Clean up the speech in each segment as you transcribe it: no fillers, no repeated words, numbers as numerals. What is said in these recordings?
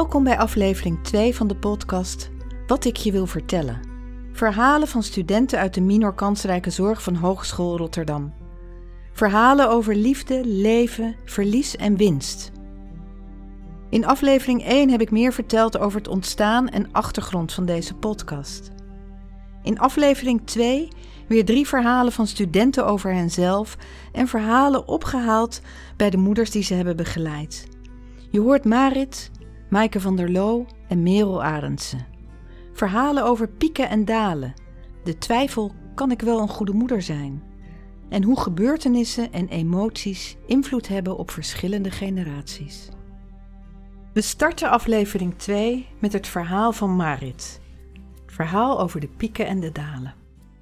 Welkom bij aflevering 2 van de podcast Wat ik je wil vertellen. Verhalen van studenten uit de minor kansrijke zorg van Hogeschool Rotterdam. Verhalen over liefde, leven, verlies en winst. In aflevering 1 heb ik meer verteld over het ontstaan en achtergrond van deze podcast. In aflevering 2 weer 3 verhalen van studenten over henzelf en verhalen opgehaald bij de moeders die ze hebben begeleid. Je hoort Marit, Maaike van der Loo en Merel Arendsen. Verhalen over pieken en dalen. De twijfel, kan ik wel een goede moeder zijn? En hoe gebeurtenissen en emoties invloed hebben op verschillende generaties. We starten aflevering 2 met het verhaal van Marit. Het verhaal over de pieken en de dalen.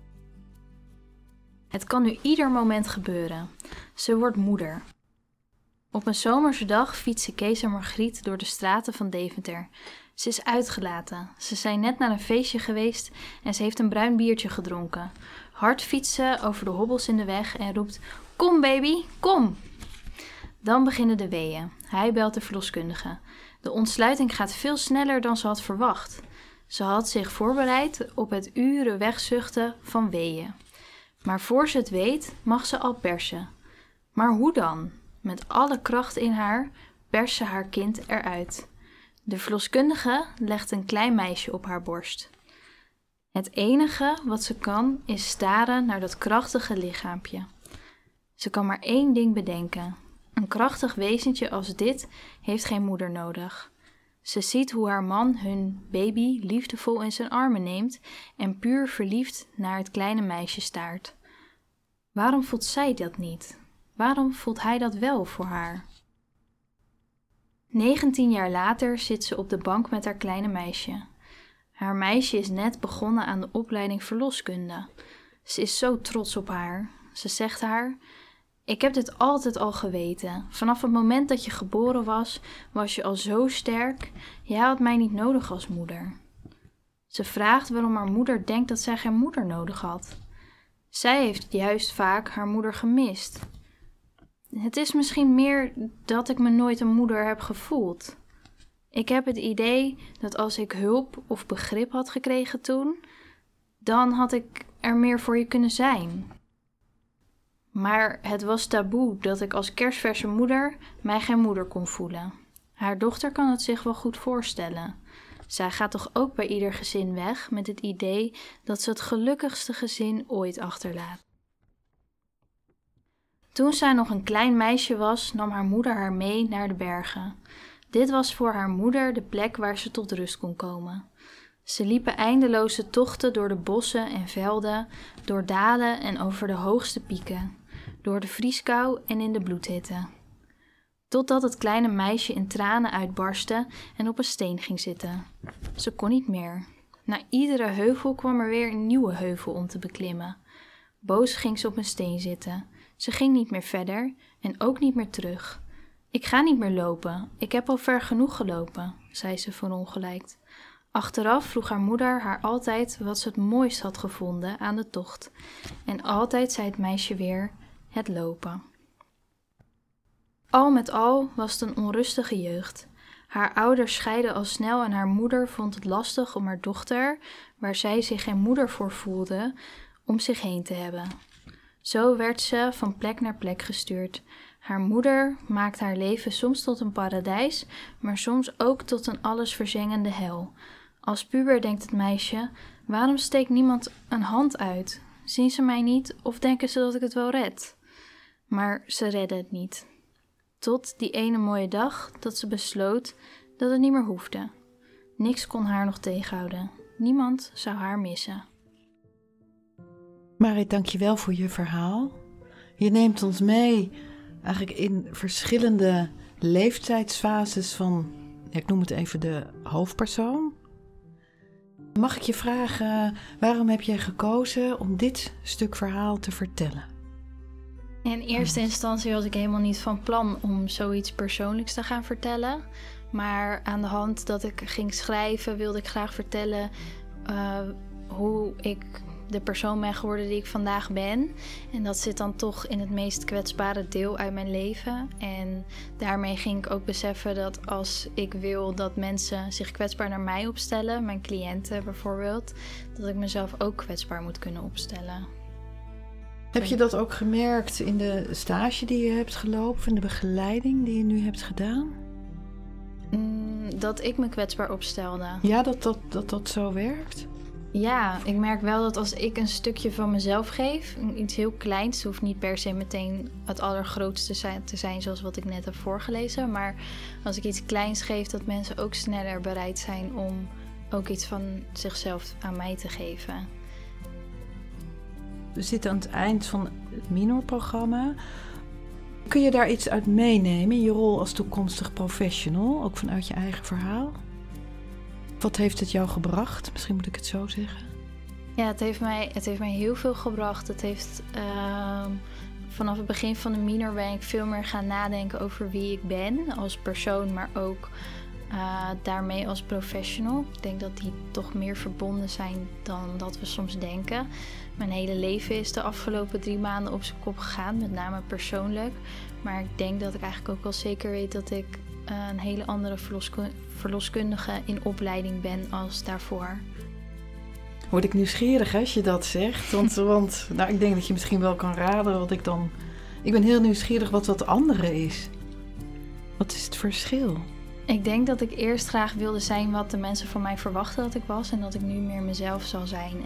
Het kan nu ieder moment gebeuren. Ze wordt moeder. Op een zomerse dag fietsen Kees en Margriet door de straten van Deventer. Ze is uitgelaten. Ze zijn net naar een feestje geweest en ze heeft een bruin biertje gedronken. Hard fietst ze over de hobbels in de weg en roept: "Kom baby, kom!" Dan beginnen de weeën. Hij belt de verloskundige. De ontsluiting gaat veel sneller dan ze had verwacht. Ze had zich voorbereid op het uren wegzuchten van weeën. Maar voor ze het weet, mag ze al persen. Maar hoe dan? Met alle kracht in haar perst ze haar kind eruit. De verloskundige legt een klein meisje op haar borst. Het enige wat ze kan is staren naar dat krachtige lichaampje. Ze kan maar één ding bedenken. Een krachtig wezentje als dit heeft geen moeder nodig. Ze ziet hoe haar man hun baby liefdevol in zijn armen neemt en puur verliefd naar het kleine meisje staart. Waarom voelt zij dat niet? Waarom voelt hij dat wel voor haar? 19 jaar later zit ze op de bank met haar kleine meisje. Haar meisje is net begonnen aan de opleiding verloskunde. Ze is zo trots op haar. Ze zegt haar: "Ik heb dit altijd al geweten. Vanaf het moment dat je geboren was je al zo sterk. Jij had mij niet nodig als moeder." Ze vraagt waarom haar moeder denkt dat zij geen moeder nodig had. Zij heeft juist vaak haar moeder gemist. Het is misschien meer dat ik me nooit een moeder heb gevoeld. Ik heb het idee dat als ik hulp of begrip had gekregen toen, dan had ik er meer voor je kunnen zijn. Maar het was taboe dat ik als kerstverse moeder mij geen moeder kon voelen. Haar dochter kan het zich wel goed voorstellen. Zij gaat toch ook bij ieder gezin weg met het idee dat ze het gelukkigste gezin ooit achterlaat. Toen zij nog een klein meisje was, nam haar moeder haar mee naar de bergen. Dit was voor haar moeder de plek waar ze tot rust kon komen. Ze liepen eindeloze tochten door de bossen en velden, door dalen en over de hoogste pieken, door de vrieskou en in de bloedhitte. Totdat het kleine meisje in tranen uitbarstte en op een steen ging zitten. Ze kon niet meer. Na iedere heuvel kwam er weer een nieuwe heuvel om te beklimmen. Boos ging ze op een steen zitten. Ze ging niet meer verder en ook niet meer terug. "Ik ga niet meer lopen. Ik heb al ver genoeg gelopen," zei ze verongelijkt. Achteraf vroeg haar moeder haar altijd wat ze het mooist had gevonden aan de tocht. En altijd zei het meisje weer: het lopen. Al met al was het een onrustige jeugd. Haar ouders scheidden al snel en haar moeder vond het lastig om haar dochter, waar zij zich geen moeder voor voelde, om zich heen te hebben. Zo werd ze van plek naar plek gestuurd. Haar moeder maakt haar leven soms tot een paradijs, maar soms ook tot een allesverzengende hel. Als puber denkt het meisje: waarom steekt niemand een hand uit? Zien ze mij niet of denken ze dat ik het wel red? Maar ze redden het niet. Tot die ene mooie dag dat ze besloot dat het niet meer hoefde. Niks kon haar nog tegenhouden. Niemand zou haar missen. Marit, dankjewel voor je verhaal. Je neemt ons mee eigenlijk in verschillende leeftijdsfases van, ik noem het even de hoofdpersoon. Mag ik je vragen, waarom heb jij gekozen om dit stuk verhaal te vertellen? In eerste instantie was ik helemaal niet van plan om zoiets persoonlijks te gaan vertellen. Maar aan de hand dat ik ging schrijven wilde ik graag vertellen hoe ik de persoon ben geworden die ik vandaag ben. En dat zit dan toch in het meest kwetsbare deel uit mijn leven. En daarmee ging ik ook beseffen dat als ik wil dat mensen zich kwetsbaar naar mij opstellen, mijn cliënten bijvoorbeeld, dat ik mezelf ook kwetsbaar moet kunnen opstellen. Heb je dat ook gemerkt in de stage die je hebt gelopen, of in de begeleiding die je nu hebt gedaan? Dat ik me kwetsbaar opstelde. Ja, dat zo werkt? Ja, ik merk wel dat als ik een stukje van mezelf geef, iets heel kleins, het hoeft niet per se meteen het allergrootste te zijn zoals wat ik net heb voorgelezen, maar als ik iets kleins geef, dat mensen ook sneller bereid zijn om ook iets van zichzelf aan mij te geven. We zitten aan het eind van het Minor-programma. Kun je daar iets uit meenemen in je rol als toekomstig professional, ook vanuit je eigen verhaal? Wat heeft het jou gebracht? Misschien moet ik het zo zeggen. Ja, het heeft mij heel veel gebracht. Het heeft vanaf het begin van de Minor ben ik veel meer gaan nadenken over wie ik ben als persoon, maar ook daarmee als professional. Ik denk dat die toch meer verbonden zijn dan dat we soms denken. Mijn hele leven is de afgelopen 3 maanden op zijn kop gegaan, met name persoonlijk. Maar ik denk dat ik eigenlijk ook wel zeker weet dat ik een hele andere verloskundige in opleiding ben als daarvoor. Word ik nieuwsgierig als je dat zegt? Want ik denk dat je misschien wel kan raden wat ik dan... Ik ben heel nieuwsgierig wat dat andere is. Wat is het verschil? Ik denk dat ik eerst graag wilde zijn wat de mensen van mij verwachten dat ik was. En dat ik nu meer mezelf zal zijn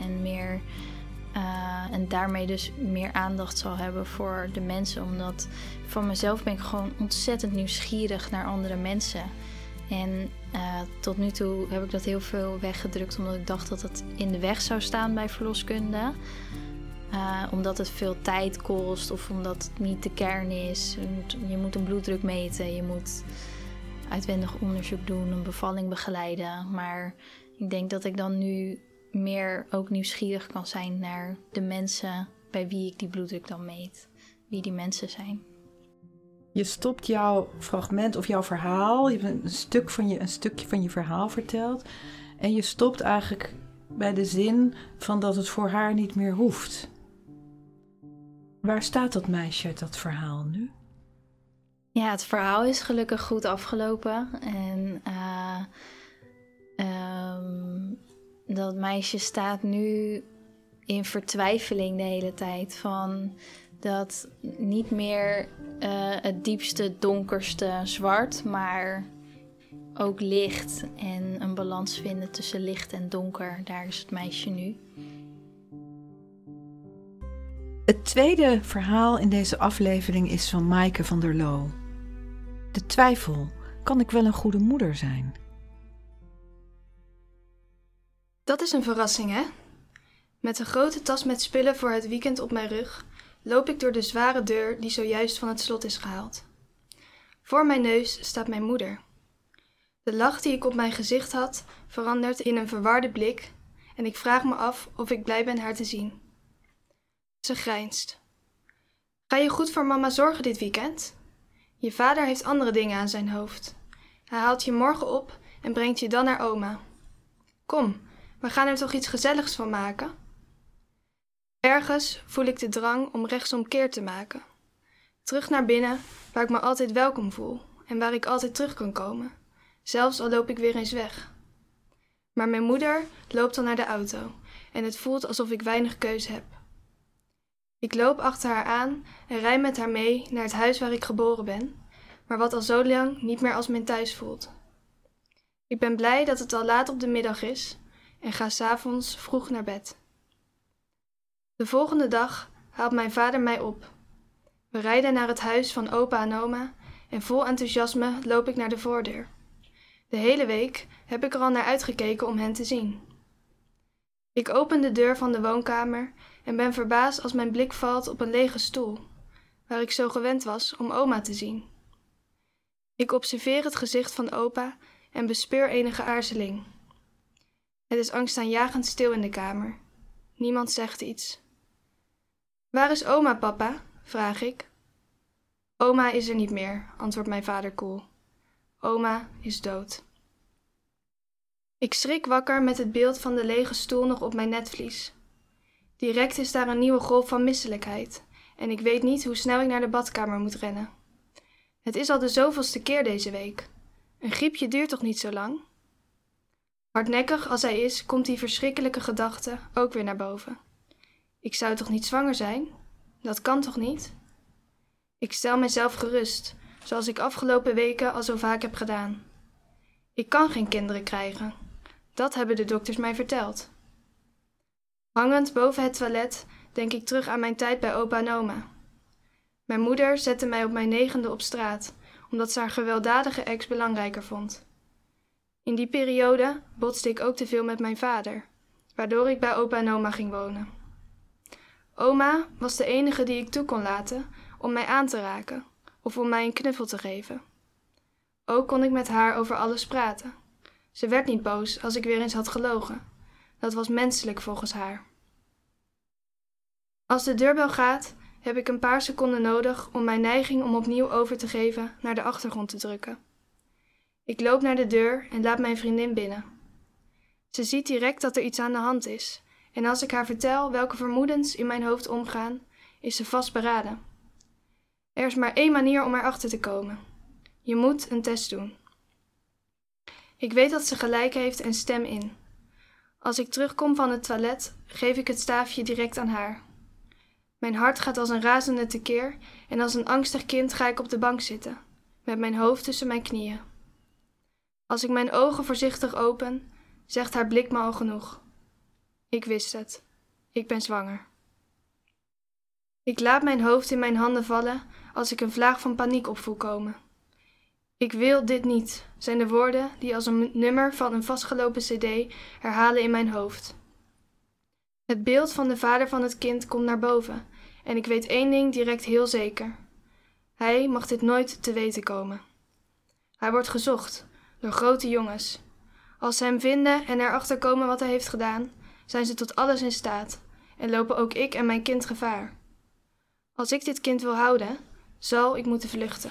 en daarmee dus meer aandacht zal hebben voor de mensen. Omdat van mezelf ben ik gewoon ontzettend nieuwsgierig naar andere mensen. En tot nu toe heb ik dat heel veel weggedrukt omdat ik dacht dat het in de weg zou staan bij verloskunde. Omdat het veel tijd kost of omdat het niet de kern is. Je moet een bloeddruk meten, je moet uitwendig onderzoek doen, een bevalling begeleiden. Maar ik denk dat ik dan nu meer ook nieuwsgierig kan zijn naar de mensen bij wie ik die bloeddruk dan meet. Wie die mensen zijn. Je stopt jouw fragment of jouw verhaal. Je hebt een stukje van je verhaal verteld. En je stopt eigenlijk bij de zin van dat het voor haar niet meer hoeft. Waar staat dat meisje uit dat verhaal nu? Ja, het verhaal is gelukkig goed afgelopen. En dat meisje staat nu in vertwijfeling de hele tijd. Van dat niet meer het diepste, donkerste zwart, maar ook licht. En een balans vinden tussen licht en donker. Daar is het meisje nu. Het tweede verhaal in deze aflevering is van Maaike van der Loo. De twijfel, kan ik wel een goede moeder zijn? Dat is een verrassing, hè? Met een grote tas met spullen voor het weekend op mijn rug loop ik door de zware deur die zojuist van het slot is gehaald. Voor mijn neus staat mijn moeder. De lach die ik op mijn gezicht had verandert in een verwarde blik en ik vraag me af of ik blij ben haar te zien. Ze grijnst. Ga je goed voor mama zorgen dit weekend? Je vader heeft andere dingen aan zijn hoofd. Hij haalt je morgen op en brengt je dan naar oma. Kom, we gaan er toch iets gezelligs van maken? Ergens voel ik de drang om rechtsomkeer te maken. Terug naar binnen, waar ik me altijd welkom voel en waar ik altijd terug kan komen. Zelfs al loop ik weer eens weg. Maar mijn moeder loopt al naar de auto en het voelt alsof ik weinig keuze heb. Ik loop achter haar aan en rij met haar mee naar het huis waar ik geboren ben, maar wat al zo lang niet meer als mijn thuis voelt. Ik ben blij dat het al laat op de middag is en ga 's avonds vroeg naar bed. De volgende dag haalt mijn vader mij op. We rijden naar het huis van opa en oma en vol enthousiasme loop ik naar de voordeur. De hele week heb ik er al naar uitgekeken om hen te zien. Ik open de deur van de woonkamer en ben verbaasd als mijn blik valt op een lege stoel, waar ik zo gewend was om oma te zien. Ik observeer het gezicht van opa en bespeur enige aarzeling. Het is angstaanjagend stil in de kamer. Niemand zegt iets. Waar is oma, papa? Vraag ik. Oma is er niet meer, antwoordt mijn vader koel. Oma is dood. Ik schrik wakker met het beeld van de lege stoel nog op mijn netvlies. Direct is daar een nieuwe golf van misselijkheid en ik weet niet hoe snel ik naar de badkamer moet rennen. Het is al de zoveelste keer deze week. Een griepje duurt toch niet zo lang? Hardnekkig als hij is, komt die verschrikkelijke gedachte ook weer naar boven. Ik zou toch niet zwanger zijn? Dat kan toch niet? Ik stel mezelf gerust, zoals ik afgelopen weken al zo vaak heb gedaan. Ik kan geen kinderen krijgen. Dat hebben de dokters mij verteld. Hangend boven het toilet denk ik terug aan mijn tijd bij opa en oma. Mijn moeder zette mij op mijn 9e op straat, omdat ze haar gewelddadige ex belangrijker vond. In die periode botste ik ook te veel met mijn vader, waardoor ik bij opa en oma ging wonen. Oma was de enige die ik toe kon laten om mij aan te raken of om mij een knuffel te geven. Ook kon ik met haar over alles praten. Ze werd niet boos als ik weer eens had gelogen. Dat was menselijk volgens haar. Als de deurbel gaat, heb ik een paar seconden nodig om mijn neiging om opnieuw over te geven naar de achtergrond te drukken. Ik loop naar de deur en laat mijn vriendin binnen. Ze ziet direct dat er iets aan de hand is en als ik haar vertel welke vermoedens in mijn hoofd omgaan, is ze vastberaden. Er is maar één manier om erachter te komen. Je moet een test doen. Ik weet dat ze gelijk heeft en stem in. Als ik terugkom van het toilet, geef ik het staafje direct aan haar. Mijn hart gaat als een razende tekeer en als een angstig kind ga ik op de bank zitten, met mijn hoofd tussen mijn knieën. Als ik mijn ogen voorzichtig open, zegt haar blik me al genoeg. Ik wist het. Ik ben zwanger. Ik laat mijn hoofd in mijn handen vallen als ik een vlaag van paniek opvoel komen. Ik wil dit niet, zijn de woorden die als een nummer van een vastgelopen cd herhalen in mijn hoofd. Het beeld van de vader van het kind komt naar boven en ik weet één ding direct heel zeker. Hij mag dit nooit te weten komen. Hij wordt gezocht door grote jongens. Als ze hem vinden en erachter komen wat hij heeft gedaan, zijn ze tot alles in staat en lopen ook ik en mijn kind gevaar. Als ik dit kind wil houden, zal ik moeten vluchten.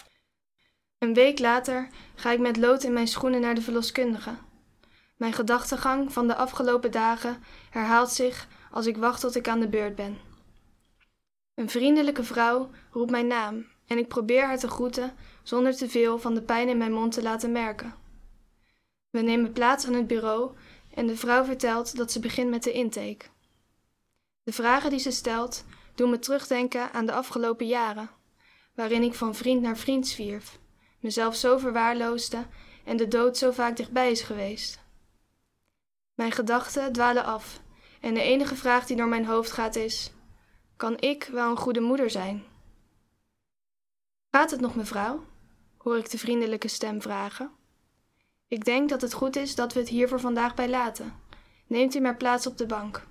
Een week later ga ik met lood in mijn schoenen naar de verloskundige. Mijn gedachtegang van de afgelopen dagen herhaalt zich als ik wacht tot ik aan de beurt ben. Een vriendelijke vrouw roept mijn naam en ik probeer haar te groeten zonder te veel van de pijn in mijn mond te laten merken. We nemen plaats aan het bureau en de vrouw vertelt dat ze begint met de intake. De vragen die ze stelt doen me terugdenken aan de afgelopen jaren, waarin ik van vriend naar vriend zwierf, mezelf zo verwaarloosde en de dood zo vaak dichtbij is geweest. Mijn gedachten dwalen af en de enige vraag die door mijn hoofd gaat is: kan ik wel een goede moeder zijn? Gaat het nog, mevrouw? Hoor ik de vriendelijke stem vragen. Ik denk dat het goed is dat we het hier voor vandaag bij laten. Neemt u maar plaats op de bank.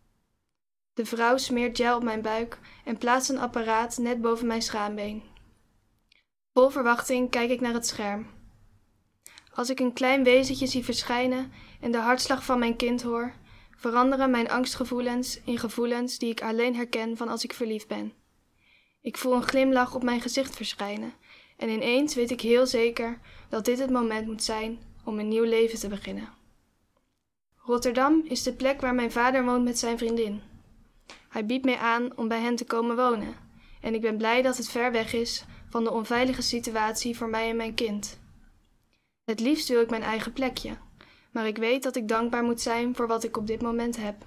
De vrouw smeert gel op mijn buik en plaatst een apparaat net boven mijn schaambeen. Vol verwachting kijk ik naar het scherm. Als ik een klein wezentje zie verschijnen en de hartslag van mijn kind hoor, veranderen mijn angstgevoelens in gevoelens die ik alleen herken van als ik verliefd ben. Ik voel een glimlach op mijn gezicht verschijnen en ineens weet ik heel zeker dat dit het moment moet zijn om een nieuw leven te beginnen. Rotterdam is de plek waar mijn vader woont met zijn vriendin. Hij biedt mij aan om bij hen te komen wonen en ik ben blij dat het ver weg is van de onveilige situatie voor mij en mijn kind. Het liefst wil ik mijn eigen plekje, maar ik weet dat ik dankbaar moet zijn voor wat ik op dit moment heb.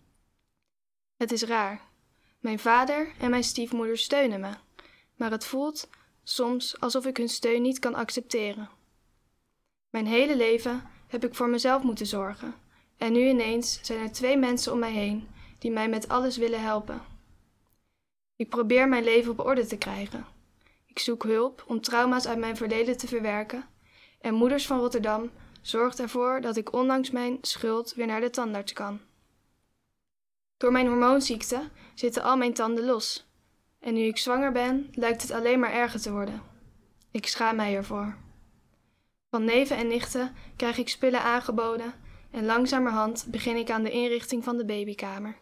Het is raar. Mijn vader en mijn stiefmoeder steunen me, maar het voelt soms alsof ik hun steun niet kan accepteren. Mijn hele leven heb ik voor mezelf moeten zorgen en nu ineens zijn er 2 mensen om mij heen die mij met alles willen helpen. Ik probeer mijn leven op orde te krijgen. Ik zoek hulp om trauma's uit mijn verleden te verwerken en Moeders van Rotterdam zorgt ervoor dat ik ondanks mijn schuld weer naar de tandarts kan. Door mijn hormoonziekte zitten al mijn tanden los en nu ik zwanger ben lijkt het alleen maar erger te worden. Ik schaam mij ervoor. Van neven en nichten krijg ik spullen aangeboden en langzamerhand begin ik aan de inrichting van de babykamer.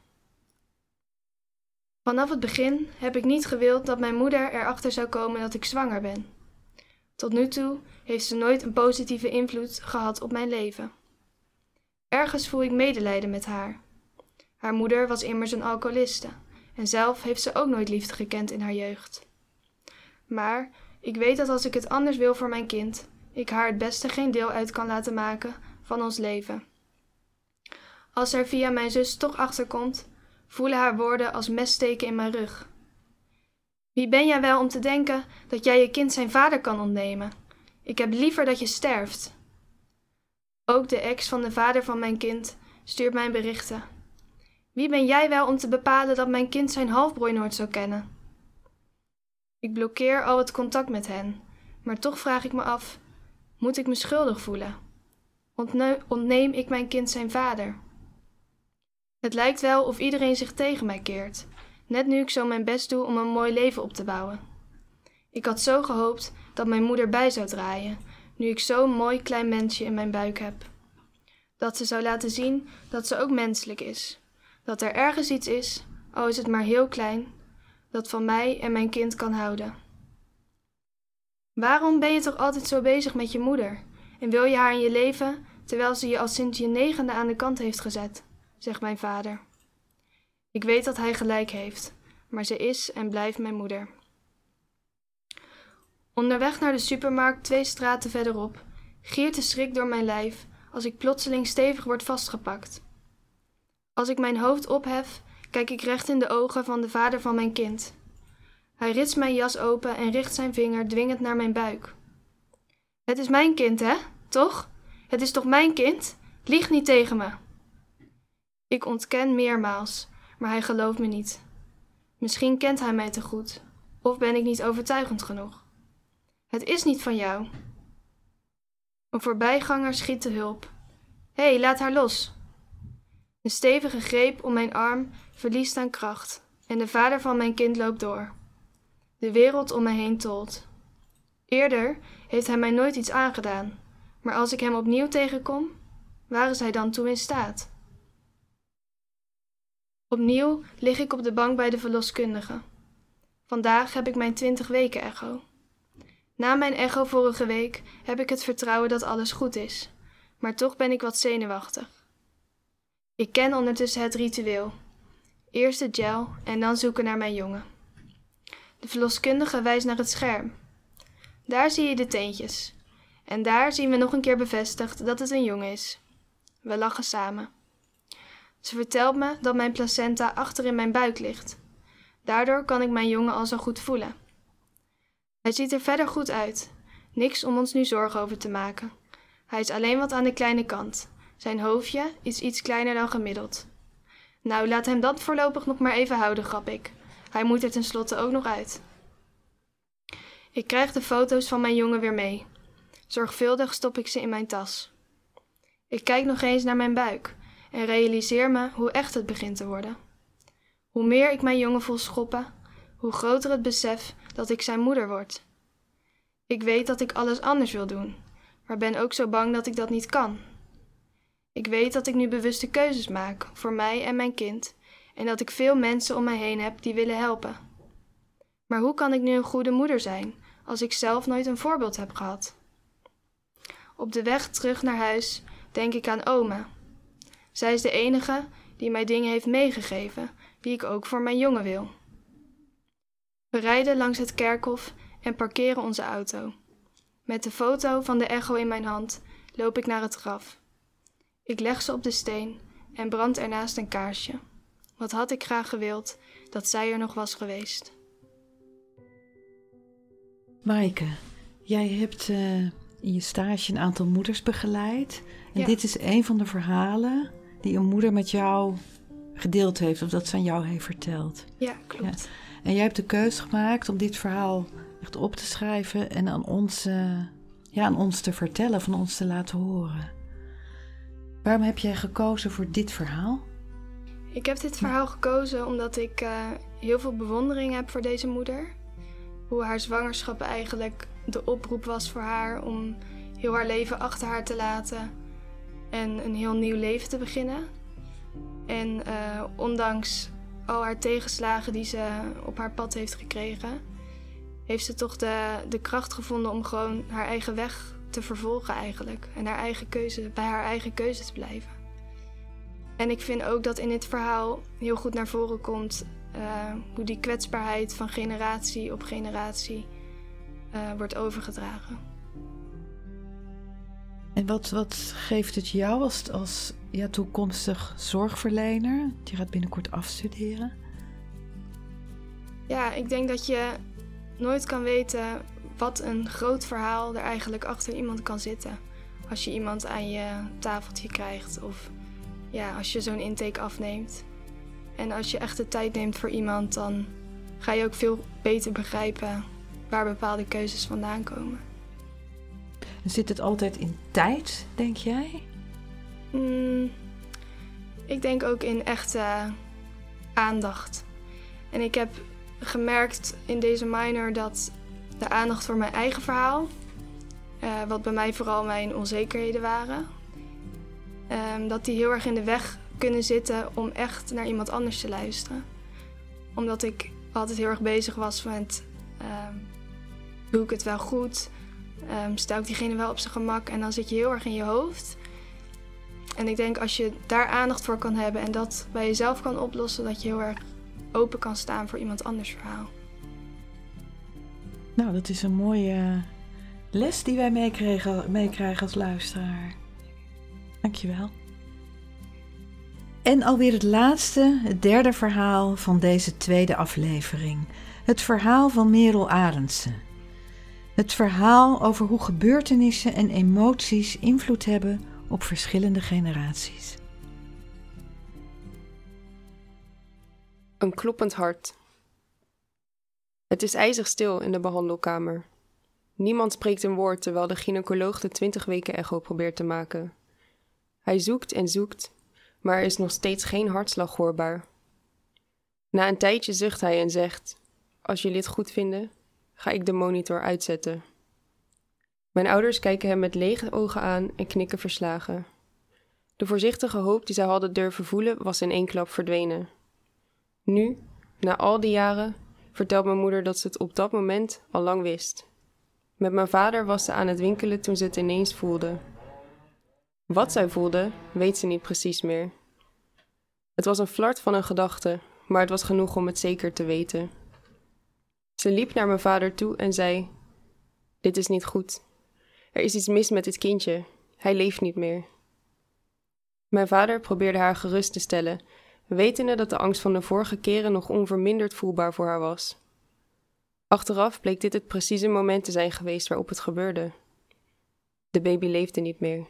Vanaf het begin heb ik niet gewild dat mijn moeder erachter zou komen dat ik zwanger ben. Tot nu toe heeft ze nooit een positieve invloed gehad op mijn leven. Ergens voel ik medelijden met haar. Haar moeder was immers een alcoholiste en zelf heeft ze ook nooit liefde gekend in haar jeugd. Maar ik weet dat als ik het anders wil voor mijn kind, ik haar het beste geen deel uit kan laten maken van ons leven. Als er via mijn zus toch achterkomt, voelen haar woorden als messteken in mijn rug. Wie ben jij wel om te denken dat jij je kind zijn vader kan ontnemen? Ik heb liever dat je sterft. Ook de ex van de vader van mijn kind stuurt mij berichten. Wie ben jij wel om te bepalen dat mijn kind zijn halfbroer nooit zou kennen? Ik blokkeer al het contact met hen, maar toch vraag ik me af, moet ik me schuldig voelen? Ontneem ik mijn kind zijn vader? Het lijkt wel of iedereen zich tegen mij keert, net nu ik zo mijn best doe om een mooi leven op te bouwen. Ik had zo gehoopt dat mijn moeder bij zou draaien, nu ik zo'n mooi klein mensje in mijn buik heb. Dat ze zou laten zien dat ze ook menselijk is. Dat er ergens iets is, al is het maar heel klein, dat van mij en mijn kind kan houden. Waarom ben je toch altijd zo bezig met je moeder? En wil je haar in je leven, terwijl ze je al sinds je 9e aan de kant heeft gezet, zegt mijn vader. Ik weet dat hij gelijk heeft, maar ze is en blijft mijn moeder. Onderweg naar de supermarkt 2 straten verderop, giert de schrik door mijn lijf als ik plotseling stevig word vastgepakt. Als ik mijn hoofd ophef, kijk ik recht in de ogen van de vader van mijn kind. Hij ritst mijn jas open en richt zijn vinger dwingend naar mijn buik. Het is mijn kind, hè? Toch? Het is toch mijn kind? Lieg niet tegen me. Ik ontken meermaals, maar hij gelooft me niet. Misschien kent hij mij te goed, of ben ik niet overtuigend genoeg. Het is niet van jou. Een voorbijganger schiet te hulp. Hé, laat haar los. Een stevige greep om mijn arm verliest aan kracht en de vader van mijn kind loopt door. De wereld om me heen tolt. Eerder heeft hij mij nooit iets aangedaan, maar als ik hem opnieuw tegenkom, waar is hij dan toe in staat? Opnieuw lig ik op de bank bij de verloskundige. Vandaag heb ik mijn 20 weken echo. Na mijn echo vorige week heb ik het vertrouwen dat alles goed is, maar toch ben ik wat zenuwachtig. Ik ken ondertussen het ritueel. Eerst de gel en dan zoeken naar mijn jongen. De verloskundige wijst naar het scherm. Daar zie je de teentjes. En daar zien we nog een keer bevestigd dat het een jongen is. We lachen samen. Ze vertelt me dat mijn placenta achter in mijn buik ligt. Daardoor kan ik mijn jongen al zo goed voelen. Hij ziet er verder goed uit. Niks om ons nu zorgen over te maken. Hij is alleen wat aan de kleine kant. Zijn hoofdje is iets kleiner dan gemiddeld. Nou, laat hem dat voorlopig nog maar even houden, grap ik. Hij moet er tenslotte ook nog uit. Ik krijg de foto's van mijn jongen weer mee. Zorgvuldig stop ik ze in mijn tas. Ik kijk nog eens naar mijn buik en realiseer me hoe echt het begint te worden. Hoe meer ik mijn jongen voel schoppen, hoe groter het besef dat ik zijn moeder word. Ik weet dat ik alles anders wil doen, maar ben ook zo bang dat ik dat niet kan. Ik weet dat ik nu bewuste keuzes maak voor mij en mijn kind en dat ik veel mensen om mij heen heb die willen helpen. Maar hoe kan ik nu een goede moeder zijn als ik zelf nooit een voorbeeld heb gehad? Op de weg terug naar huis denk ik aan oma. Zij is de enige die mij dingen heeft meegegeven die ik ook voor mijn jongen wil. We rijden langs het kerkhof en parkeren onze auto. Met de foto van de echo in mijn hand loop ik naar het graf. Ik leg ze op de steen en brand ernaast een kaarsje. Wat had ik graag gewild dat zij er nog was geweest. Maaike, jij hebt in je stage een aantal moeders begeleid. En Ja. Dit is een van de verhalen die een moeder met jou gedeeld heeft, of dat ze aan jou heeft verteld. Ja, klopt. En jij hebt de keuze gemaakt om dit verhaal echt op te schrijven en aan ons te vertellen, van ons te laten horen. Waarom heb jij gekozen voor dit verhaal? Ik heb dit verhaal gekozen omdat ik heel veel bewondering heb voor deze moeder. Hoe haar zwangerschap eigenlijk de oproep was voor haar om heel haar leven achter haar te laten en een heel nieuw leven te beginnen. En ondanks al haar tegenslagen die ze op haar pad heeft gekregen, heeft ze toch de kracht gevonden om gewoon haar eigen weg te vervolgen eigenlijk. En bij haar eigen keuze te blijven. En ik vind ook dat in dit verhaal heel goed naar voren komt hoe die kwetsbaarheid van generatie op generatie wordt overgedragen. En wat geeft het jou als toekomstig zorgverlener? Je gaat binnenkort afstuderen. Ja, ik denk dat je nooit kan weten wat een groot verhaal er eigenlijk achter iemand kan zitten. Als je iemand aan je tafeltje krijgt of als je zo'n intake afneemt. En als je echt de tijd neemt voor iemand, dan ga je ook veel beter begrijpen waar bepaalde keuzes vandaan komen. Zit het altijd in tijd, denk jij? Ik denk ook in echte aandacht. En ik heb gemerkt in deze minor dat de aandacht voor mijn eigen verhaal, wat bij mij vooral mijn onzekerheden waren, dat die heel erg in de weg kunnen zitten om echt naar iemand anders te luisteren. Omdat ik altijd heel erg bezig was met, doe ik het wel goed? Stel ik diegene wel op zijn gemak? En dan zit je heel erg in je hoofd. En ik denk als je daar aandacht voor kan hebben en dat bij jezelf kan oplossen, dat je heel erg open kan staan voor iemand anders verhaal. Nou, dat is een mooie les die wij meekrijgen als luisteraar. Dankjewel. En alweer het derde verhaal van deze tweede aflevering. Het verhaal van Merel Arendse. Het verhaal over hoe gebeurtenissen en emoties invloed hebben op verschillende generaties. Een kloppend hart. Het is ijzig stil in de behandelkamer. Niemand spreekt een woord terwijl de gynaecoloog de 20 weken echo probeert te maken. Hij zoekt en zoekt, maar er is nog steeds geen hartslag hoorbaar. Na een tijdje zucht hij en zegt: als jullie het goed vinden, ga ik de monitor uitzetten. Mijn ouders kijken hem met lege ogen aan en knikken verslagen. De voorzichtige hoop die zij hadden durven voelen was in één klap verdwenen. Nu, na al die jaren, vertelt mijn moeder dat ze het op dat moment al lang wist. Met mijn vader was ze aan het winkelen toen ze het ineens voelde. Wat zij voelde, weet ze niet precies meer. Het was een flart van een gedachte, maar het was genoeg om het zeker te weten. Ze liep naar mijn vader toe en zei: dit is niet goed. Er is iets mis met dit kindje. Hij leeft niet meer. Mijn vader probeerde haar gerust te stellen, wetende dat de angst van de vorige keren nog onverminderd voelbaar voor haar was. Achteraf bleek dit het precieze moment te zijn geweest waarop het gebeurde. De baby leefde niet meer.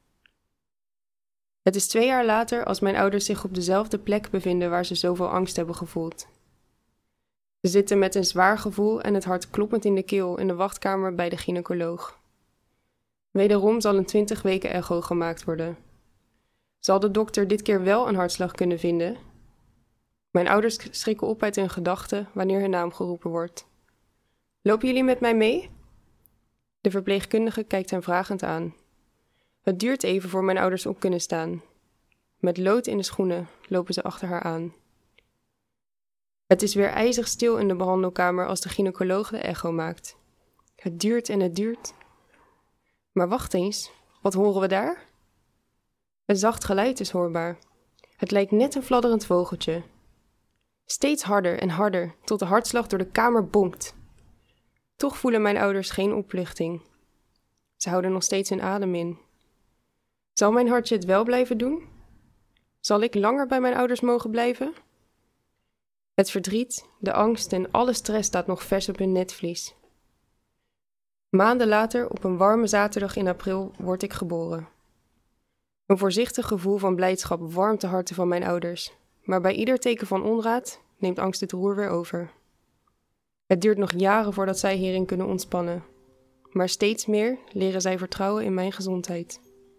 Het is 2 jaar later als mijn ouders zich op dezelfde plek bevinden waar ze zoveel angst hebben gevoeld. Ze zitten met een zwaar gevoel en het hart kloppend in de keel in de wachtkamer bij de gynaecoloog. Wederom zal een 20 weken echo gemaakt worden. Zal de dokter dit keer wel een hartslag kunnen vinden? Mijn ouders schrikken op uit hun gedachten wanneer hun naam geroepen wordt. Lopen jullie met mij mee? De verpleegkundige kijkt hen vragend aan. Het duurt even voor mijn ouders op kunnen staan. Met lood in de schoenen lopen ze achter haar aan. Het is weer ijzig stil in de behandelkamer als de gynaecoloog de echo maakt. Het duurt en het duurt. Maar wacht eens, wat horen we daar? Een zacht geluid is hoorbaar. Het lijkt net een fladderend vogeltje. Steeds harder en harder, tot de hartslag door de kamer bonkt. Toch voelen mijn ouders geen opluchting. Ze houden nog steeds hun adem in. Zal mijn hartje het wel blijven doen? Zal ik langer bij mijn ouders mogen blijven? Het verdriet, de angst en alle stress staat nog vers op hun netvlies. Maanden later, op een warme zaterdag in april, word ik geboren. Een voorzichtig gevoel van blijdschap warmt de harten van mijn ouders, maar bij ieder teken van onraad neemt angst het roer weer over. Het duurt nog jaren voordat zij hierin kunnen ontspannen, maar steeds meer leren zij vertrouwen in mijn gezondheid.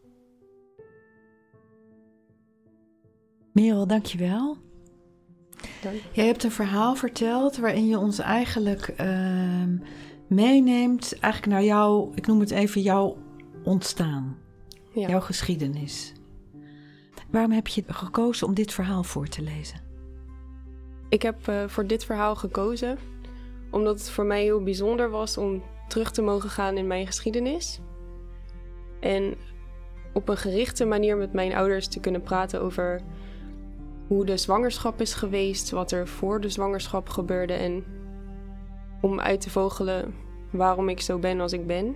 Merel, dankjewel. Dank. Jij hebt een verhaal verteld waarin je ons eigenlijk meeneemt eigenlijk naar jouw, ik noem het even jouw ontstaan, jouw geschiedenis. Waarom heb je gekozen om dit verhaal voor te lezen? Ik heb voor dit verhaal gekozen omdat het voor mij heel bijzonder was om terug te mogen gaan in mijn geschiedenis. En op een gerichte manier met mijn ouders te kunnen praten over hoe de zwangerschap is geweest, wat er voor de zwangerschap gebeurde en om uit te vogelen waarom ik zo ben als ik ben.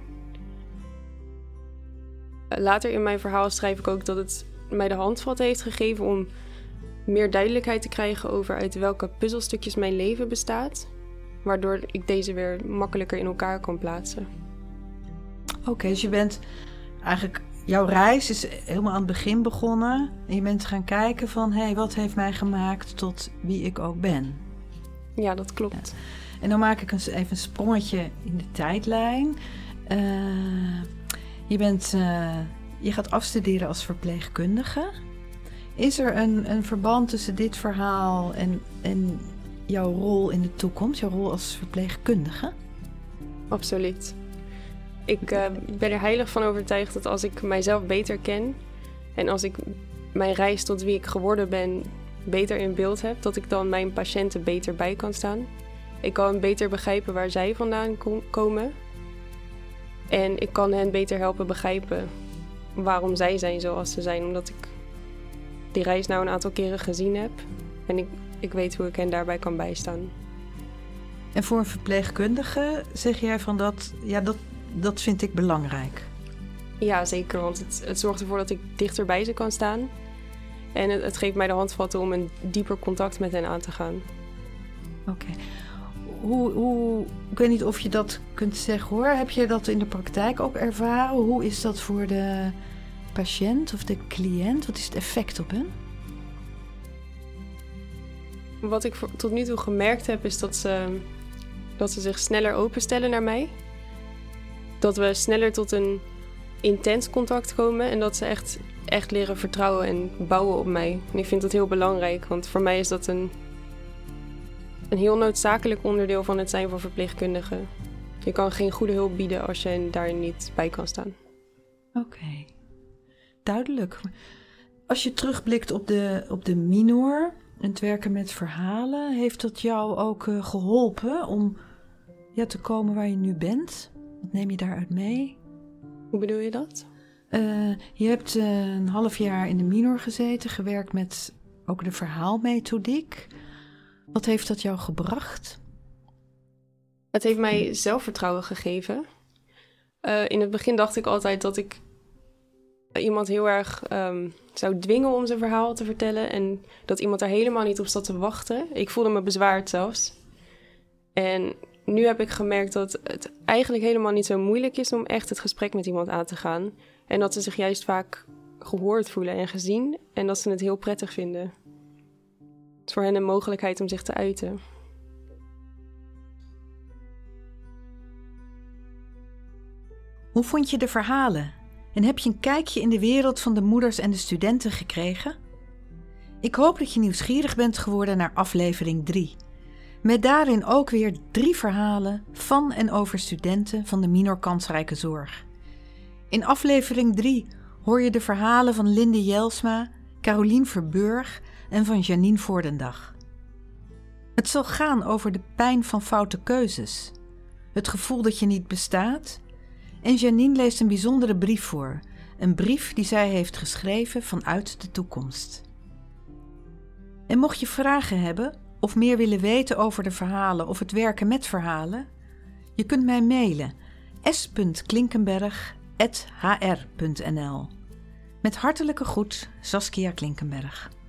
Later in mijn verhaal schrijf ik ook dat het mij de handvat heeft gegeven om meer duidelijkheid te krijgen over uit welke puzzelstukjes mijn leven bestaat, waardoor ik deze weer makkelijker in elkaar kan plaatsen. Oké, dus je bent eigenlijk, jouw reis is helemaal aan het begin begonnen en je bent gaan kijken van, wat heeft mij gemaakt tot wie ik ook ben? Ja, dat klopt. Ja. En dan maak ik even een sprongetje in de tijdlijn. Je gaat afstuderen als verpleegkundige. Is er een verband tussen dit verhaal en jouw rol in de toekomst, jouw rol als verpleegkundige? Absoluut. Ik ben er heilig van overtuigd dat als ik mijzelf beter ken en als ik mijn reis tot wie ik geworden ben beter in beeld heb, dat ik dan mijn patiënten beter bij kan staan. Ik kan beter begrijpen waar zij vandaan komen. En ik kan hen beter helpen begrijpen waarom zij zijn zoals ze zijn. Omdat ik die reis nou een aantal keren gezien heb. En ik weet hoe ik hen daarbij kan bijstaan. En voor een verpleegkundige zeg jij van dat vind ik belangrijk? Ja, zeker. Want het zorgt ervoor dat ik dichter bij ze kan staan. En het geeft mij de handvatten om een dieper contact met hen aan te gaan. Oké. Ik weet niet of je dat kunt zeggen hoor. Heb je dat in de praktijk ook ervaren? Hoe is dat voor de patiënt of de cliënt? Wat is het effect op hen? Wat ik tot nu toe gemerkt heb is dat ze zich sneller openstellen naar mij. Dat we sneller tot een intens contact komen en dat ze echt leren vertrouwen en bouwen op mij. En ik vind dat heel belangrijk, want voor mij is dat een heel noodzakelijk onderdeel van het zijn van verpleegkundige. Je kan geen goede hulp bieden als je daar niet bij kan staan. Oké, duidelijk. Als je terugblikt op de minor en het werken met verhalen, heeft dat jou ook geholpen om te komen waar je nu bent? Wat neem je daaruit mee? Hoe bedoel je dat? Je hebt een half jaar in de minor gezeten, gewerkt met ook de verhaalmethodiek. Wat heeft dat jou gebracht? Het heeft mij zelfvertrouwen gegeven. In het begin dacht ik altijd dat ik iemand heel erg zou dwingen om zijn verhaal te vertellen. En dat iemand daar helemaal niet op zat te wachten. Ik voelde me bezwaard zelfs. En nu heb ik gemerkt dat het eigenlijk helemaal niet zo moeilijk is om echt het gesprek met iemand aan te gaan. En dat ze zich juist vaak gehoord voelen en gezien. En dat ze het heel prettig vinden. Het is voor hen een mogelijkheid om zich te uiten. Hoe vond je de verhalen? En heb je een kijkje in de wereld van de moeders en de studenten gekregen? Ik hoop dat je nieuwsgierig bent geworden naar aflevering 3. Met daarin ook weer 3 verhalen van en over studenten van de minor kansrijke zorg. In aflevering 3 hoor je de verhalen van Linde Jelsma, Carolien Verburg en van Janine Voordendag. Het zal gaan over de pijn van foute keuzes, het gevoel dat je niet bestaat. En Janine leest een bijzondere brief voor. Een brief die zij heeft geschreven vanuit de toekomst. En mocht je vragen hebben of meer willen weten over de verhalen of het werken met verhalen, je kunt mij mailen s.klinkenberg@hr.nl. Met hartelijke groet, Saskia Klinkenberg.